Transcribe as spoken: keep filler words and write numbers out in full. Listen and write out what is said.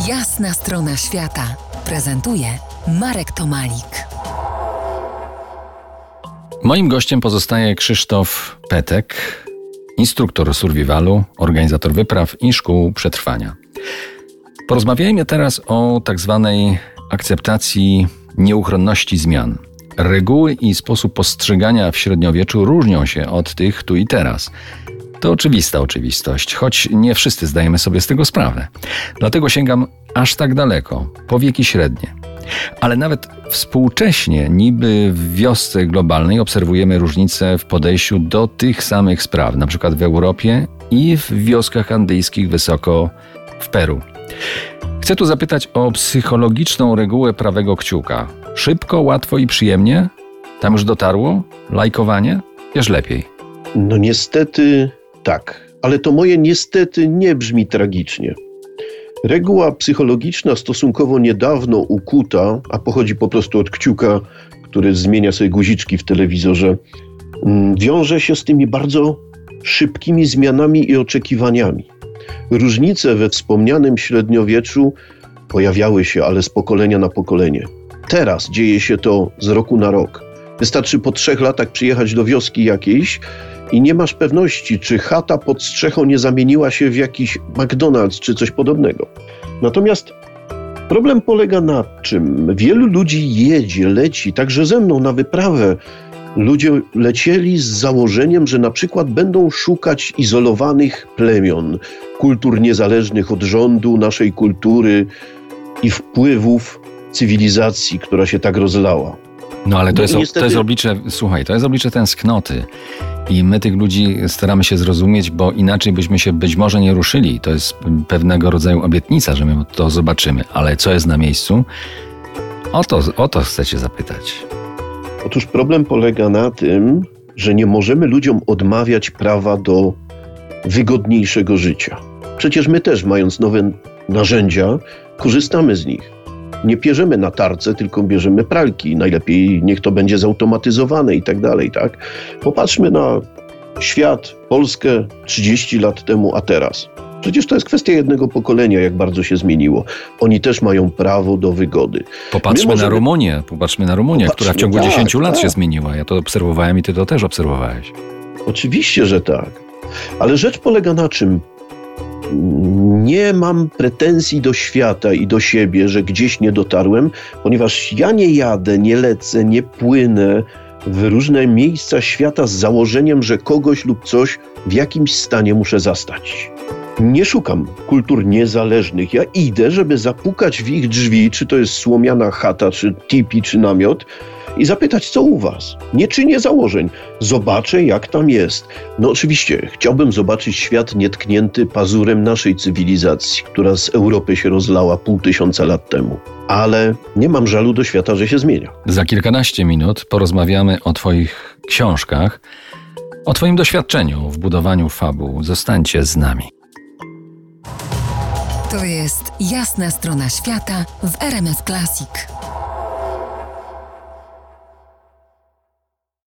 Jasna strona świata prezentuje Marek Tomalik. Moim gościem pozostaje Krzysztof Petek, instruktor survivalu, organizator wypraw i szkół przetrwania. Porozmawiajmy teraz o tak zwanej akceptacji nieuchronności zmian. Reguły i sposób postrzegania w średniowieczu różnią się od tych tu i teraz. To oczywista oczywistość, choć nie wszyscy zdajemy sobie z tego sprawę. Dlatego sięgam aż tak daleko, po wieki średnie. Ale nawet współcześnie, niby w wiosce globalnej, obserwujemy różnice w podejściu do tych samych spraw, na przykład w Europie i w wioskach andyjskich wysoko w Peru. Chcę tu zapytać o psychologiczną regułę prawego kciuka. Szybko, łatwo i przyjemnie? Tam już dotarło? Lajkowanie? Wiesz lepiej. No niestety tak, ale to moje niestety nie brzmi tragicznie. Reguła psychologiczna stosunkowo niedawno ukuta, a pochodzi po prostu od kciuka, który zmienia sobie guziczki w telewizorze, wiąże się z tymi bardzo szybkimi zmianami i oczekiwaniami. Różnice we wspomnianym średniowieczu pojawiały się, ale z pokolenia na pokolenie. Teraz dzieje się to z roku na rok. Wystarczy po trzech latach przyjechać do wioski jakiejś i nie masz pewności, czy chata pod strzechą nie zamieniła się w jakiś McDonald's czy coś podobnego. Natomiast problem polega na czym? Wielu ludzi jedzie, leci, także ze mną na wyprawę. Ludzie lecieli z założeniem, że na przykład będą szukać izolowanych plemion, kultur niezależnych od rządu, naszej kultury i wpływów cywilizacji, która się tak rozlała. No ale to, No jest, niestety... to jest oblicze, słuchaj, to jest oblicze tęsknoty i my tych ludzi staramy się zrozumieć, bo inaczej byśmy się być może nie ruszyli. To jest pewnego rodzaju obietnica, że my to zobaczymy, ale co jest na miejscu? O to, o to chcę cię zapytać. Otóż problem polega na tym, że nie możemy ludziom odmawiać prawa do wygodniejszego życia. Przecież my też, mając nowe narzędzia, korzystamy z nich. Nie bierzemy na tarce, tylko bierzemy pralki. Najlepiej niech to będzie zautomatyzowane i tak dalej, tak? Popatrzmy na świat, Polskę trzydzieści lat temu, a teraz. Przecież to jest kwestia jednego pokolenia, jak bardzo się zmieniło. Oni też mają prawo do wygody. Popatrzmy możemy... na Rumunię, popatrzmy na Rumunię, Popatrzmy, która w ciągu tak, dziesięciu lat tak. się zmieniła. Ja to obserwowałem i ty to też obserwowałeś. Oczywiście, że tak. Ale rzecz polega na czym? Nie mam pretensji do świata i do siebie, że gdzieś nie dotarłem, ponieważ ja nie jadę, nie lecę, nie płynę w różne miejsca świata z założeniem, że kogoś lub coś w jakimś stanie muszę zastać. Nie szukam kultur niezależnych. Ja idę, żeby zapukać w ich drzwi, czy to jest słomiana chata, czy tipi, czy namiot, i zapytać, co u was. Nie czynię założeń. Zobaczę, jak tam jest. No oczywiście, chciałbym zobaczyć świat nietknięty pazurem naszej cywilizacji, która z Europy się rozlała pół tysiąca lat temu. Ale nie mam żalu do świata, że się zmienia. Za kilkanaście minut porozmawiamy o twoich książkach, o twoim doświadczeniu w budowaniu fabuł. Zostańcie z nami. To jest Jasna strona świata w R M F Classic.